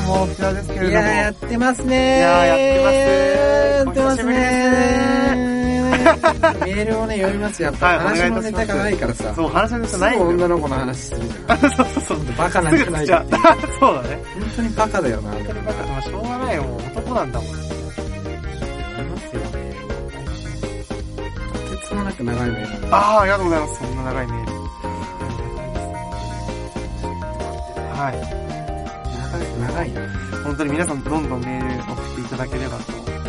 もこちらですけれども。 いやー、やってますねー。 いやー、やってますやってますねー。 メールをね、読みますよ。やっぱ話のネタがないからさ。 そう、話のネタないんだよ。 女の子の話するじゃん。そうそう。バカなんじゃないかっていう。 そうだね。 本当にバカだよな。 本当にバカ。まあ、しょうがないよ。もう男なんだもん。 読みますよ、メールを。とてつもなく長いメール。 ありがとうございます。そんな長いメール。はい。 長いな。 本当に皆さんどんどんメール送っていただければと思います。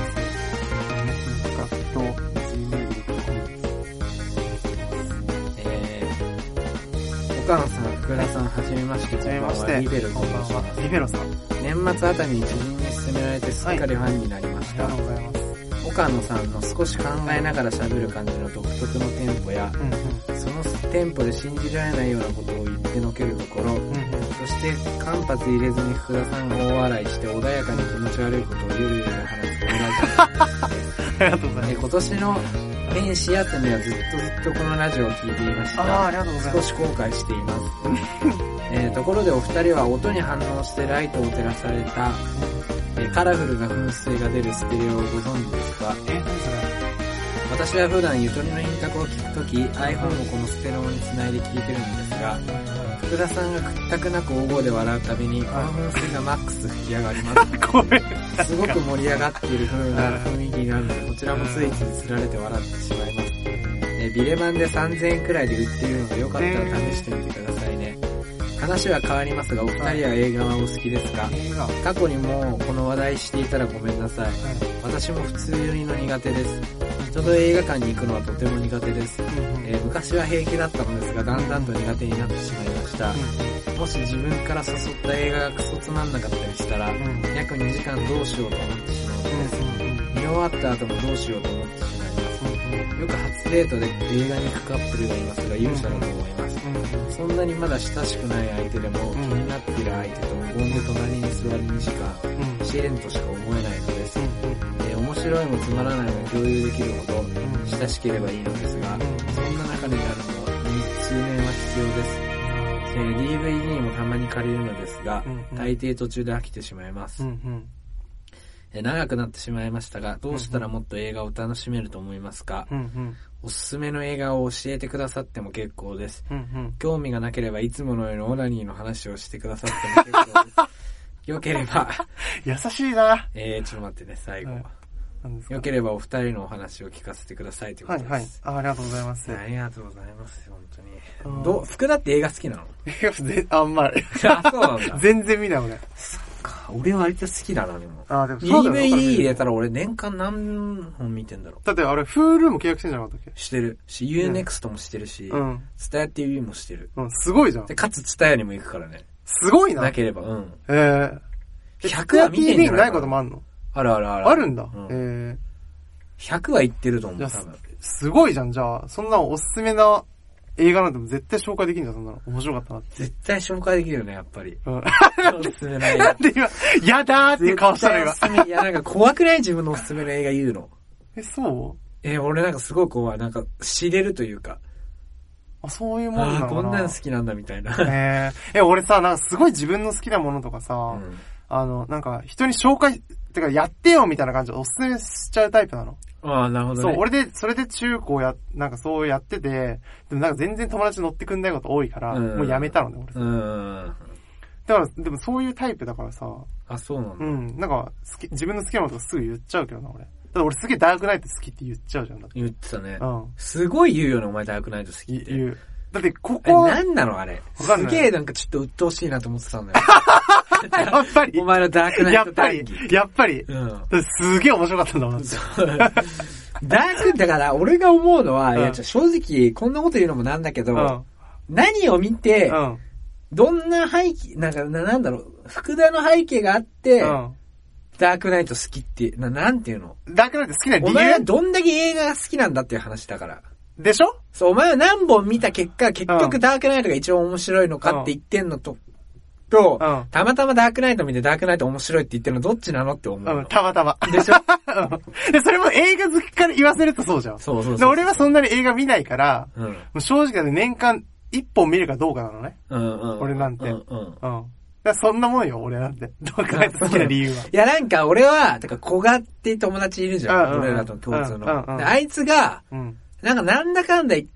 岡野さん、福田さん、はじめまして。 はじめまして。 リベロと申します。 リベロさん。 年末あたりに知人に勧められてすっかりファンになりました。 ありがとうございます。 岡野さんの少し考えながら喋る感じの独特のテンポや、そのテンポで信じられないようなことを言ってのけるところ、そして間髪入れずに福田さんが大笑いして穏やかに気持ち悪いことをゆるゆる話すこのラジオ。ありがとうございます。 今年の年始休みはずっとこのラジオを聞いていました。 ありがとうございます。 少し後悔しています。ところでお二人は音に反応してライトを照らされた、カラフルな噴水が出るステレオをご存知ですか？ 何それ？ 私は普段ゆとりの品格を聞くとき iPhone をこのステレオにつないで聞いてるんですが、福田さんが屈託なく大声で笑うたびにこの噴水がマックス吹き上がります。すごく盛り上がっている風な雰囲気になるので、こちらもついついつられて笑ってしまいます。ビレバンで3000円くらいで売っているのでよかったら試してみてくださいね。話は変わりますが、お二人は映画はお好きですか？過去にもこの話題していたらごめんなさい。私も普通寄りの苦手です。人と映画館に行くのはとても苦手です。昔は平気だったのですが、だんだんと苦手になってしまいました。もし自分から誘った映画がクソつまんなかったりしたら、約2時間どうしようと思ってしまうのです。見終わった後もどうしようと思ってしまいます。よく初デートで映画に行くカップルがいますが、勇者だと思います。そんなにまだ親しくない相手でも、気になっている相手と無言で隣に座る2時間、試練としか思えないのです。面白いもつまらないも共有できるほど親しければいいのですが、そんな中になるのは数年は必要です。DVD もたまに借りるのですが、大抵途中で飽きてしまいます。長くなってしまいましたが、どうしたらもっと映画を楽しめると思いますか？おすすめの映画を教えてくださっても結構です。興味がなければいつものようにオナニーの話をしてくださっても結構です。よければ優しいな。 ちょっと待ってね、最後は。よければお二人のお話を聞かせてくださいということです。 ありがとうございます。 ありがとうございます。本当に。福田って映画好きなの？ あんまり。 あ、そうなんだ。 全然見ない俺。 そっか。俺割と好きだな、でも。 でもそうだよ。DVD 入れたら俺年間何本見てんだろう。 だってあれ、Hulu も契約してんじゃなかったっけ？ してるし、UNEXT もしてるし、TSUTAYA TV もしてる。 すごいじゃん。 で、かつTSUTAYAにも行くからね。 すごいな。 なければ、 100は見てんじゃないこともあんの？ ある。 あるんだ。 100は行ってると思う、多分。 すごいじゃん、じゃあ。そんなおすすめな映画なんても絶対紹介できんじゃん、そんなの。面白かったなって。 絶対紹介できるよね、やっぱり。おすすめの映画。 なんで今、やだーっていう顔したの今。 いや、なんか怖くない自分のおすすめの映画言うの。 そう？ 俺なんかすごい怖い。なんか知れるというか。 そういうもんなのかな。 こんなん好きなんだみたいな。 俺さ、なんかすごい自分の好きなものとかさ、なんか人に紹介、てかやってよみたいな感じでおすすめしちゃうタイプなの。 なるほどね。 そう、それで中高なんかそうやってて、でもなんか全然友達乗ってくんないこと多いから、もうやめたのね、俺さ。だから、でもそういうタイプだからさ。 あ、そうなんだ。 なんか、自分の好きなものとかすぐ言っちゃうけどな、俺。だから俺すげえダークナイト好きって言っちゃうじゃん。だって言ってたね。すごい言うよね、お前ダークナイト好きって。 言う。だってここ。 なんなのあれ。すげえなんかちょっと鬱陶しいなと思ってたんだよ。 やっぱり。 お前のダークナイト談義。やっぱり。すげえ面白かったんだもん。 ダーク、だから俺が思うのは、いや正直こんなこと言うのもなんだけど、何を見て、どんな背景、なんだろう、福田の背景があって、ダークナイト好きって、なんていうの？ ダークナイト好きな理由？ お前はどんだけ映画が好きなんだっていう話だから。 でしょ？ そう、お前は何本見た結果、結局ダークナイトが一番面白いのかって言ってんのと、たまたまダークナイト見てダークナイト面白いって言ってるのどっちなのって思うの。 たまたま。 でしょ？ で、それも映画好きから言わせるとそうじゃん。 そう。 で、俺はそんなに映画見ないから、もう正直年間1本見るかどうかなのね。俺なんて。 そんなもんよ、俺なんて。どう考えて好きな理由は。 いや、なんか俺は、てか、小賀って友達いるじゃん。俺らと共通の。あいつが、なんかなんだかんだ言って、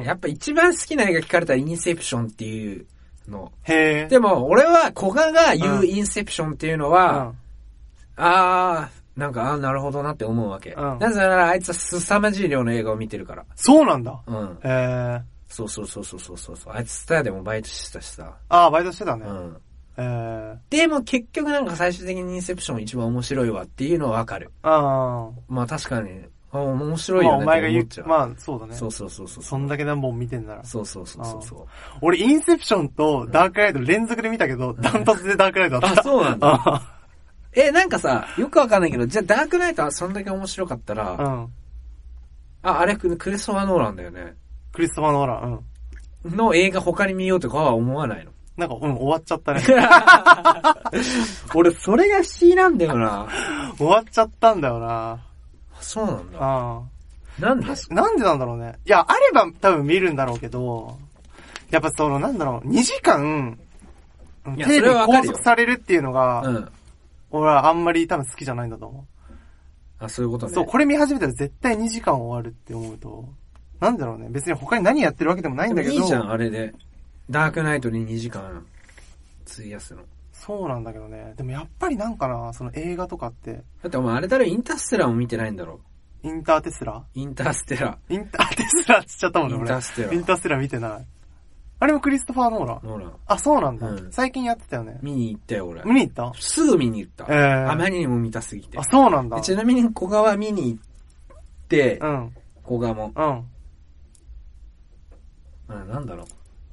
やっぱ一番好きな映画聞かれたらインセプションっていうの。 へでも、俺は小賀が言うインセプションっていうのは、なんか、なるほどなって思うわけ。なぜならあいつは凄まじい量の映画を見てるから。 そうなんだ。そう。 あいつスターでもバイトしてたしさ。 バイトしてたね。 でも結局なんか最終的にインセプション一番面白いわっていうのはわかる。まあ確かに、面白いよね。 お前が言っちゃう。まあそうだね。 そう。 そんだけ何本見てんなら。 そう。 俺インセプションとダークナイト連続で見たけど、ダントツでダークナイトだった。 そうなんだ。なんかさ、よくわかんないけど、じゃあダークナイトはそんだけ面白かったら、あれクリストファー・ノーランだよね。 クリストファー・ノーラン、 の映画他に見ようとかは思わないの？ なんか、終わっちゃったね。 俺、それが不思議なんだよな。 終わっちゃったんだよな。 そうなんだ。 なんでなんだろうね。いや、あれば多分見るんだろうけど、やっぱなんだろう、2時間、テレビ拘束されるっていうのが、俺はあんまり多分好きじゃないんだと思う。そういうことね。 そう、これ見始めたら絶対2時間終わるって思うと、なんだろうね。別に他に何やってるわけでもないんだけど。 いいじゃん、あれで。ダークナイトに2時間費やすの。 そうなんだけどね。でもやっぱりなんかな、その映画とかって。 だってお前あれだろ、インターステラーも見てないんだろ。 インターステラーって言っちゃったもんね、俺。インターステラー見てない。あれもクリストファー・ノーラン。そうなんだ。最近やってたよね。 見に行ったよ、俺。 見に行った？ すぐ見に行った。あまりにも見たすぎて。 そうなんだ。 ちなみに小川見に行って、小川も。なんだろう。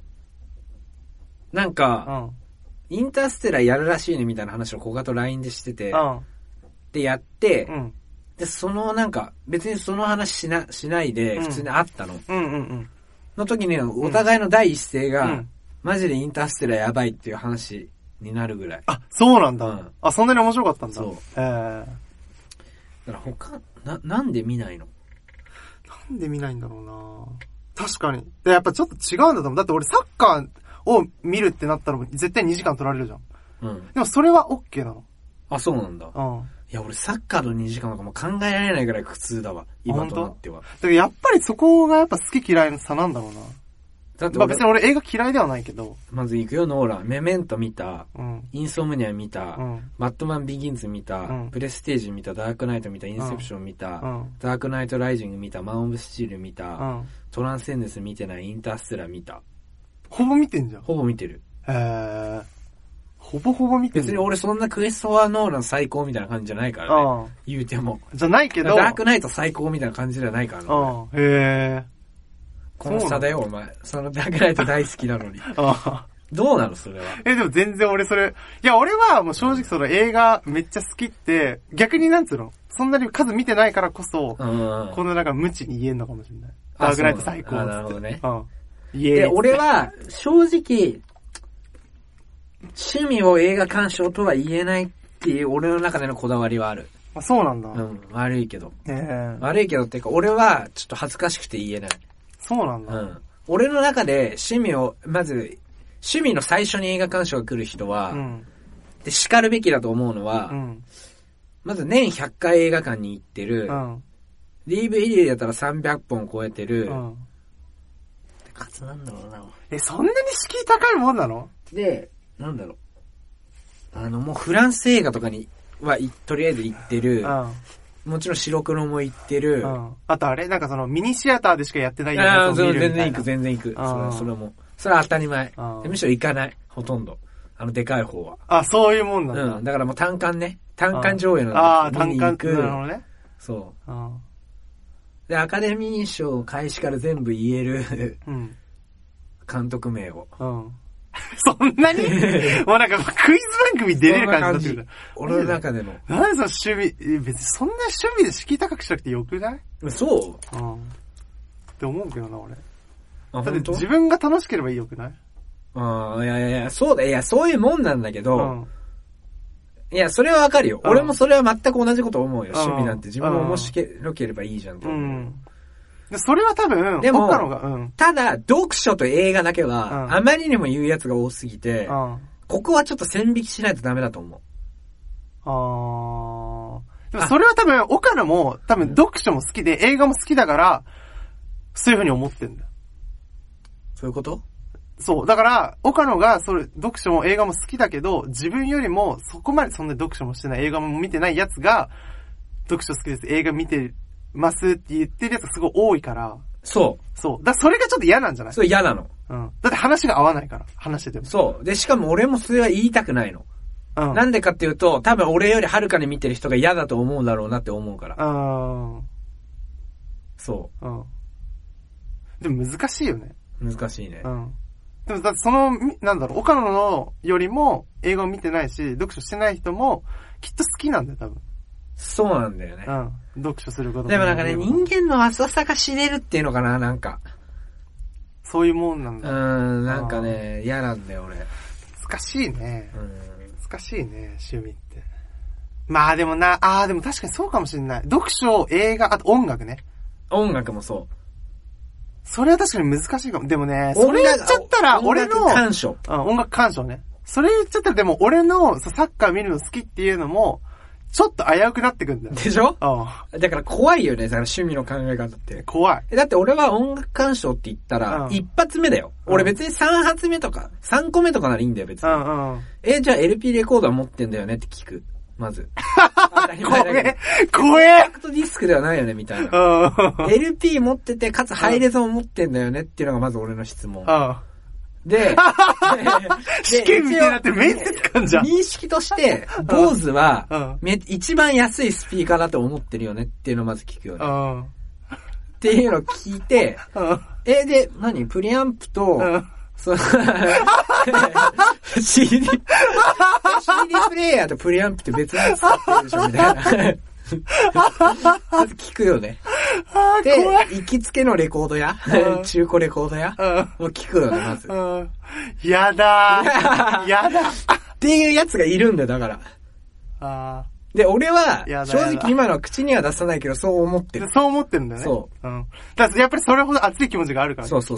なんか、インターステラーやるらしいねみたいな話を小川と LINE でしてて、でやって、で、なんか、別にその話しないで、普通に会ったの。の時に、お互いの第一声が、マジでインターステラーやばいっていう話になるぐらい。 そうなんだ。そんなに面白かったんだ。そう。 だからなんで見ないの？ なんで見ないんだろうな。確かに。で、やっぱちょっと違うんだと思う。だって俺サッカーを見るってなったら絶対2時間取られるじゃん。でもそれは OK なの。 そうなんだ。いや、俺サッカーの2時間とかも考えられないぐらい苦痛だわ。今となっては。 だからやっぱりそこがやっぱ好き嫌いの差なんだろうな。だって別に俺映画嫌いではないけど。 まず行くよ、ノーラン。メメント見た。インソムニア見た。バットマンビギンズ見た。プレステージ見た。ダークナイト見た。インセプション見た。ダークナイトライジング見た。マンオブスチール見た。トランセンデンス見てない。インターステラー見た。 ほぼ見てんじゃん。 ほぼ見てる。 ほぼほぼ見てる。 別に俺そんなクリストファー・ノーラン最高みたいな感じじゃないからね。言うても。 じゃないけど。 ダークナイト最高みたいな感じじゃないからね。この差だよ、お前。そのダークナイト大好きなのに。どうなのそれは。 でも全然俺それ、いや俺はもう正直その映画めっちゃ好きって、逆になんつうのそんなに数見てないからこそ、このなんか無知に言えんのかもしれない。ダークナイト最高。 なるほどね。 で、 俺は正直、趣味を映画鑑賞とは言えないっていう俺の中でのこだわりはある。 そうなんだ。 悪いけど。悪いけどっていうか、俺はちょっと恥ずかしくて言えない。 そうなんだ。 俺の中で趣味の最初に映画鑑賞が来る人は、で、叱るべきだと思うのは、まず年100回映画館に行ってる、DVD だったら300本超えてる、って数なんだろうな。 そんなに敷居高いもんなの？ で、なんだろう。もうフランス映画とかにはとりあえず行ってる、もちろん白黒も行ってる。あとあれなんかそのミニシアターでしかやってないやつを見るみたいな。全然行く。それも。それは当たり前。むしろ行かない。ほとんど。でかい方は。そういうもんなんだ。だからもう単館ね。単館上映の単館。なるほどね。そう。で、アカデミー賞開始から全部言える監督名を。そんなにもうなんかクイズ番組出れる感じだった。俺の中での。何その趣味、別にそんな趣味で敷居高くしなくてよくない？そうって思うけどな、俺。だって自分が楽しければいいよくない？いや、そうだ、いや、そういうもんなんだけど、いや、それはわかるよ。俺もそれは全く同じこと思うよ。趣味なんて自分が面白ければいいじゃんと思う。それは多分、でも、ただ、読書と映画だけは、あまりにも言うやつが多すぎて、 ここはちょっと線引きしないとダメだと思う。 でもそれは多分、岡野も多分読書も好きで映画も好きだから、そういう風に思ってんだよ。 そういうこと？ そう。だから、岡野が読書も映画も好きだけど、自分よりもそこまでそんな読書もしてない、映画も見てないやつが、読書好きです、映画見てますって言ってるやつがすごい多いから。 そう。 そう。だからそれがちょっと嫌なんじゃない？ そう、嫌なの。 うん。だって話が合わないから、話してても。 そう。で、しかも俺もそれは言いたくないの。うん。なんでかっていうと、多分俺よりはるかに見てる人が嫌だと思うだろうなって思うから。そう。うん。 でも難しいよね。 難しいね。うん。 でもなんだろう、岡野のよりも映画を見てないし、読書してない人も、きっと好きなんだよ、多分。 そうなんだよね。 うん。読書することでもなんかね、人間の浅さが知れるっていうのかな、なんか。 そういうもんなんだ。 なんかね、嫌なんだよ、俺。 難しいね。難しいね、趣味って。まあでもでも確かにそうかもしれない。読書、映画、あと音楽ね。 音楽もそう。 それは確かに難しいかも。でもね、それ言っちゃったら、俺の、 音楽鑑賞。 音楽鑑賞ね。それ言っちゃったら、でも俺のサッカー見るの好きっていうのも、ちょっと危うくなってくんだよ。 でしょ？だから怖いよね、だから趣味の考え方って。 怖い。 だって俺は音楽鑑賞って言ったら、一発目だよ。俺別に3発目とか、3個目とかならいいんだよ、別に。じゃあ LP レコーダー持ってんだよねって聞く。まず。 怖えコンパクトディスクではないよね、みたいな。LP 持ってて、かつハイレゾも持ってんだよねっていうのがまず俺の質問。で、 試験みたいになって面接官じゃん。 認識として、坊主は、一番安いスピーカーだと思ってるよねっていうのをまず聞くよね。っていうのを聞いて、で、プリアンプと、CD プレイヤーとプリアンプって別に使ってるでしょみたいな。まず聞くよね。で、行きつけのレコード屋中古レコード屋もう聞くよね、まず。 やだー。やだ。 っていうやつがいるんだよ、だから。で、俺は、正直今のは口には出さないけど、そう思ってる。 そう思ってるんだよね。そう。だからやっぱりそれほど熱い気持ちがあるから。 そう。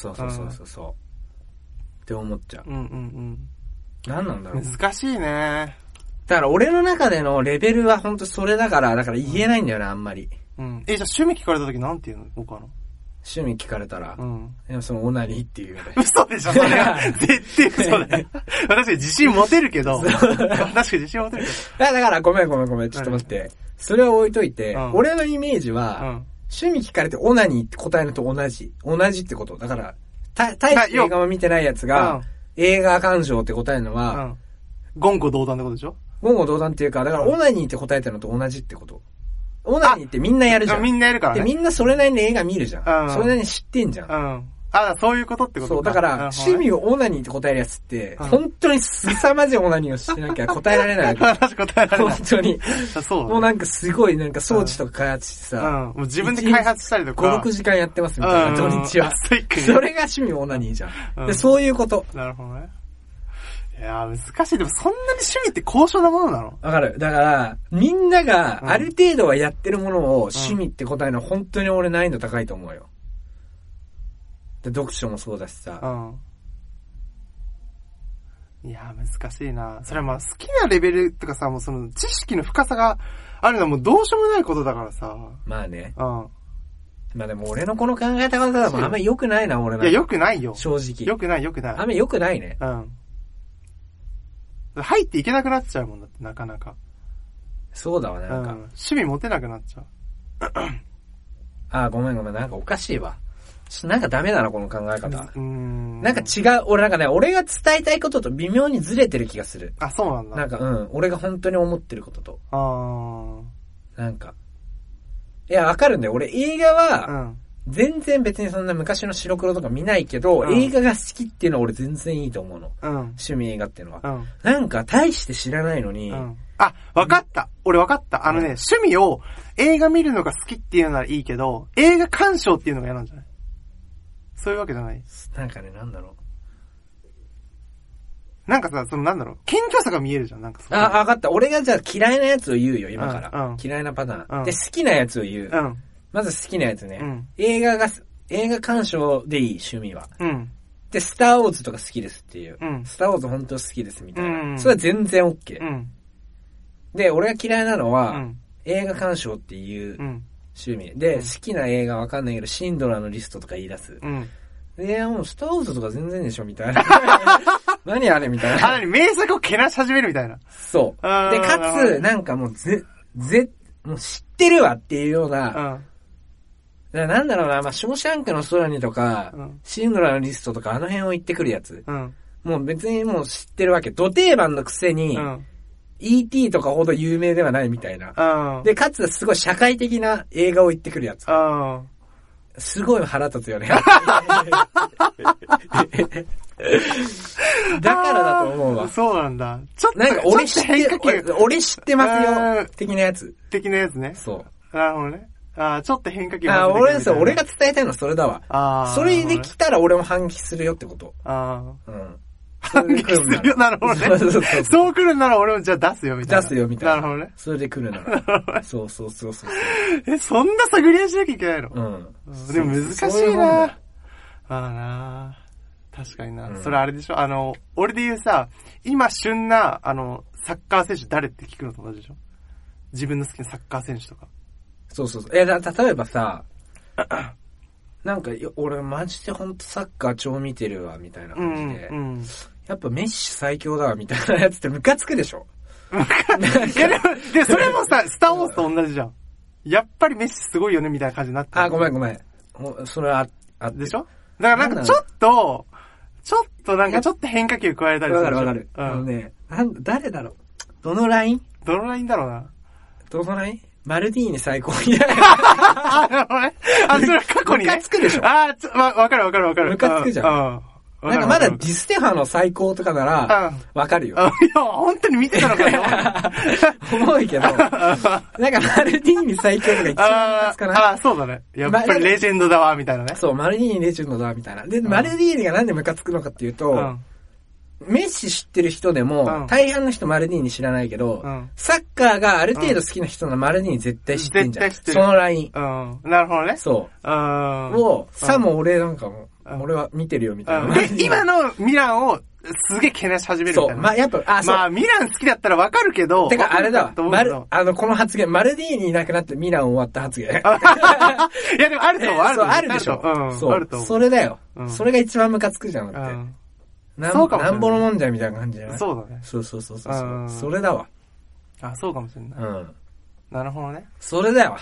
って思っちゃう。何なんだろう。 難しいね。 だから俺の中でのレベルは本当それだから言えないんだよね、あんまり。 じゃあ趣味聞かれた時なんて言うの？他の。 趣味聞かれたら、でもそのオナニーっていうよね。 嘘でしょ、それは。絶対嘘だよ。私自信持てるけど。確かに自信持てるけど。 だからごめん、ちょっと待って。それは置いといて、俺のイメージは、趣味聞かれてオナニーって答えるのと同じってこと。だから、大して映画も見てないやつが、映画鑑賞って答えるのは、 言語道断ってことでしょ？ 言語道断っていうか、だからオナニーって答えてるのと同じってこと。オナニーってみんなやるじゃん。 みんなやるからね。 で、みんなそれなりに映画見るじゃん。それなりに知ってんじゃん。 そういうことってことか。 そう、だから、趣味をオナニーって答えるやつって、本当に凄まじいオナニーをしなきゃ答えられない。 確か答えられない。 本当に。 そう。 もうなんかすごい装置とか開発してさ。 もう自分で開発したりとか。 5、6時間やってますみたいな、土日は。それが趣味オナニーじゃん。で、そういうこと。 なるほどね。いやー難しい。でもそんなに趣味って高尚なものなの？ わかる。だから、みんながある程度はやってるものを趣味って答えるのは本当に俺難易度高いと思うよ。で、読書もそうだしさ。 いやー難しいな。それはまあ好きなレベルとかさ、もうその知識の深さがあるのはもうどうしようもないことだからさ。 まあね。まあでも俺のこの考え方はあんまり良くないな、俺の。 いや、良くないよ。 正直。 良くない。 あんまり良くないね。 入っていけなくなっちゃうもんだって、なかなか。 そうだわ、なんか。 趣味持てなくなっちゃう。 ごめん、なんかおかしいわ。なんかダメだな、この考え方。なんか違う、俺が伝えたいことと微妙にずれてる気がする。 そうなんだ。 なんか、俺が本当に思ってることと。なんか。いや、わかるんだよ。俺映画は、全然別にそんな昔の白黒とか見ないけど、映画が好きっていうのは俺全然いいと思うの。趣味映画っていうのは。なんか大して知らないのに。 わかった。俺わかった。趣味を映画見るのが好きっていうのならいいけど、映画鑑賞っていうのが嫌なんじゃない？そういうわけじゃない？ なんかね、なんだろう。なんかさ、謙虚さが見えるじゃん、なんかわかった。俺がじゃあ嫌いなやつを言うよ、今から。嫌いなパターン。で、好きなやつを言う。まず好きなやつね。映画鑑賞でいい、趣味は。 ってスターウォーズとか好きですっていう。 うん、 スターウォーズ本当好きですみたいな。 うん、 それは全然 OK。 うん、で、 俺が嫌いなのは、映画鑑賞っていう趣味。で、好きな映画わかんないけど、シンドラーのリストとか言い出す。もうスターウォーズとか全然でしょみたいな。何あれみたいな。 名作をけなし始めるみたいな。 そう。で、かつ、なんかもうもう知ってるわっていうような、なんだろうな、ショーシャンクの空にとか、シンドラーのリストとかあの辺を言ってくるやつ。もう別にもう知ってるわけ。ド定番のくせに、E.T. とかほど有名ではないみたいな。で、かつすごい社会的な映画を言ってくるやつ。すごい腹立つよね。だからだと思うわ。 そうなんだ。ちょっと、 なんか俺知ってますよ。的なやつ。 的なやつね。 そう。 なるほどね。ちょっと変化球俺が伝えたいのはそれだわ。それできたら俺も反撃するよってこと。 反撃するよ。なるほどね。そう来るんなら俺もじゃあ出すよみたいな。 出すよみたいな。 なるほどね。 それで来るなら。そう。そんな探り合いしなきゃいけないの？でも難しいな。確かにな。それあれでしょ？俺で言うさ、今旬な、サッカー選手誰って聞くのと同じでしょ？自分の好きなサッカー選手とか。 そう。例えばさ、なんか、俺マジでほんとサッカー超見てるわ、みたいな感じで。やっぱメッシ最強だわ、みたいなやつってムカつくでしょ？ いやで、それもさ、スターウォーズと同じじゃん。やっぱりメッシすごいよね、みたいな感じになってる。 ごめん。それはでしょ？だからなんかちょっと変化球加えたりする。 わかる。誰だろう？どのラインだろうな。 どのライン？マルディーニ最高みたいな。それ過去にね。 ムカつくでしょ？ わかる。 ムカつくじゃん。なんかまだディステファの最高とかなら、わかるよ。 いや、本当に見てたのかな重いけど、なんかマルディーニ最強とか一番ムカつかない？ そうだね。やっぱりレジェンドだわ、みたいなね。 そう、マルディーニレジェンドだわ、みたいな。で、マルディーニがなんでムカつくのかっていうと、メッシ知ってる人でも、大半の人マルディーニ知らないけど、サッカーがある程度好きな人のマルディーニ絶対知ってんじゃん。そのライン。 なるほどね。 そう。さも俺なんかも、俺は見てるよみたいな。 で、今のミランをすげえけなし始めるみたいな。 そう。やっぱ、 ミラン好きだったらわかるけど。 てか、あれだわ。この発言、マルディーニいなくなってミラン終わった発言。いや、 でもあると思う。 あるでしょ。 あると思う。 それだよ。それが一番ムカつくじゃんって。なんぼのもんじゃみたいな感じじゃない？ そうだね。 そう。それだわ。 そうかもしれない。なるほどね。 それだよ。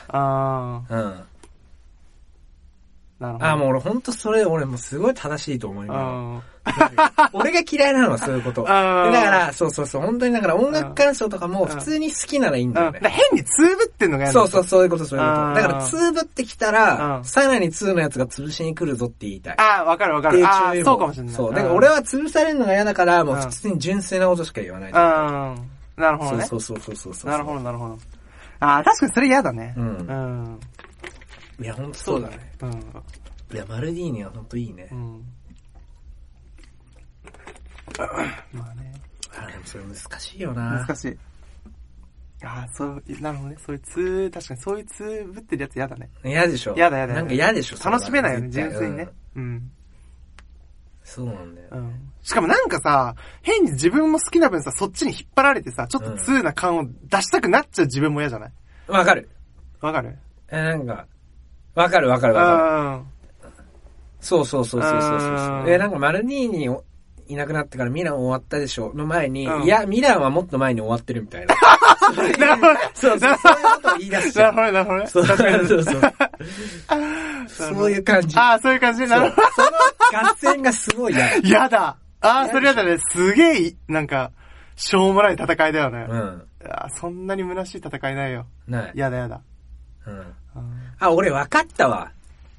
なるほど。 もう俺ほんと俺もうすごい正しいと思います。俺が嫌いなのはそういうこと。だから、そう。本当にだから音楽鑑賞とかも普通に好きならいいんだよね。 変につぶってんのがやだ。 そういうこと。だからつぶってきたら、さらに2のやつが潰しに来るぞって言いたい。 わかる。そうかもしれない。 そう。だから俺は潰されるのが嫌だから、もう普通に純粋なことしか言わない。 なるほどね。 そう。 なるほど。確かにそれ嫌だね。 いや、ほんとそうだね。いや、マルディーニはほんといいね。 まあね。 でもそれ難しいよな。 難しい。なるほどね。確かにそういうつぶってるやつ嫌だね。 嫌でしょ。 嫌だ。 なんか嫌でしょ。 楽しめないよね、純粋にね。 そうなんだよ。 しかもなんかさ、変に自分も好きな分さ、そっちに引っ張られてさ、ちょっと通な感を出したくなっちゃう自分も嫌じゃない？ わかる。なんか、わかる。そう。なんかマルディーニいなくなってからミラン終わったでしょの前に、いや、ミランはもっと前に終わってるみたいな。 なるほどね。 そういうことを言い出しちゃう。 なるほどね。 そう。そういう感じ。 そういう感じ。なるほど。 その合戦がすごい嫌だ。 嫌だ。それ嫌だね。すげえ、なんか、しょうもない戦いだよね。そんなに虚しい戦いないよ。 ない。 嫌だ。 俺分かったわ。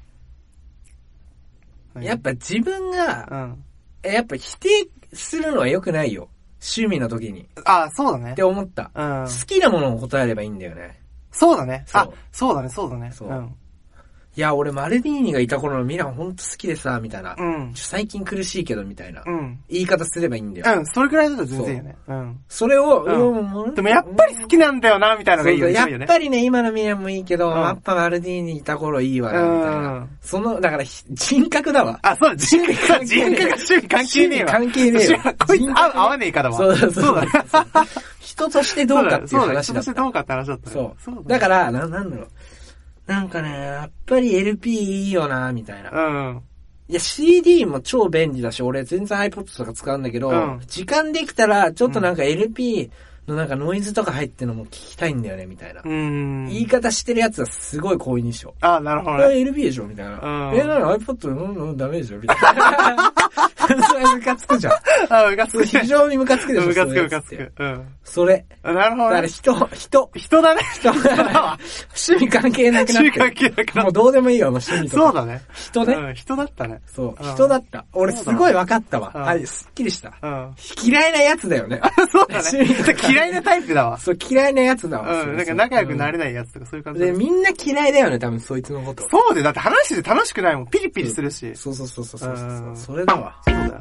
やっぱ自分が、やっぱ否定するのは良くないよ。趣味の時に。 そうだね。 って思った。好きなものを答えればいいんだよね。 そうだね。そうだね。 そう。 いや、俺マルディーニがいた頃のミランほんと好きでさ、みたいな。 うん。 最近苦しいけど、みたいな。 うん。 言い方すればいいんだよ。 うん、それくらいだと全然いいよね。うん。 それを、 でもやっぱり好きなんだよな、みたいなのがいいよね。 やっぱりね、今のミランもいいけど、やっぱマルディーニいた頃いいわね、みたいな。その、だから人格だわ。 あ、そうだ、人格が趣味関係ねえわ。 関係ねえわ。 こいつ合わねえかだわ。 そうだ。人としてどうかっていう話だった。 人としてどうかって話だった。 そう。だから、なんだろう。なんかね、やっぱり LP いいよな、みたいな。うん。いや、CD も超便利だし、俺全然 iPod とか使うんだけど、時間できたら、ちょっとなんか LP のなんかノイズとか入ってるのも聞きたいんだよね、みたいな。言い方してるやつはすごい好印象。 あ、なるほどね。 LP でしょみたいな。なに iPod ダメでしょみたいな。それムカつくじゃん。 あ、ムカつく。 非常にムカつくでしょ。 ムカつく。うん。 それ。 なるほど。 だから人だね。人。趣味関係なくなって。趣味関係なくなって。 もうどうでもいいわ、もう趣味とか。 そうだね。 人ね。 人だったね。 そう。人だった。俺すごい分かったわ。はい、すっきりした。嫌いなやつだよね。 そうだね。嫌いなタイプだわ。 そう、嫌いなやつだわ。 うん。なんか仲良くなれないやつとかそういう感じ。 で、みんな嫌いだよね、多分そいつのこと。 そうで、だって話して楽しくないもん。ピリピリするし。 そう。それだわ。 そうだよ。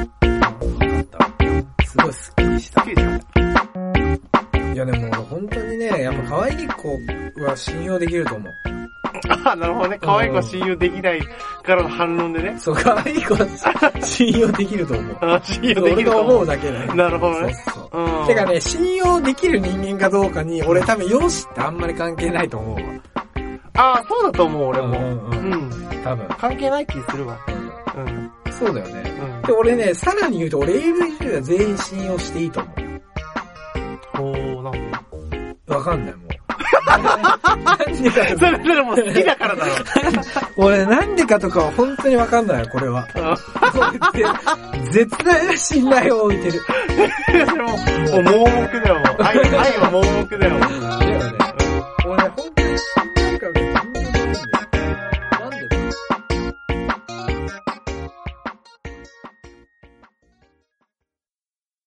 すごいスッキリした。いやでも本当にね、やっぱ可愛い子は信用できると思う。 あ、なるほどね。可愛い子は信用できないからの反論でね。 そう、可愛い子は信用できると思う。 信用できると思う。 俺が思うだけね。 なるほどね。 そう。てかね、信用できる人間かどうかに、俺多分容姿ってあんまり関係ないと思うわ。 ああ、そうだと思う、俺も。 多分。 関係ない気するわ。 そうだよね。で、俺ね、さらに言うと、俺 AV は全員信用していいと思う。 なんでわかんない、もう。 なんでか。それもう好きだからだろ。 俺なんでかとかは本当にわかんないよ、これは。絶対な信頼を置いてる。 もう盲目だよ、もう。愛は盲目だよ。 だよね。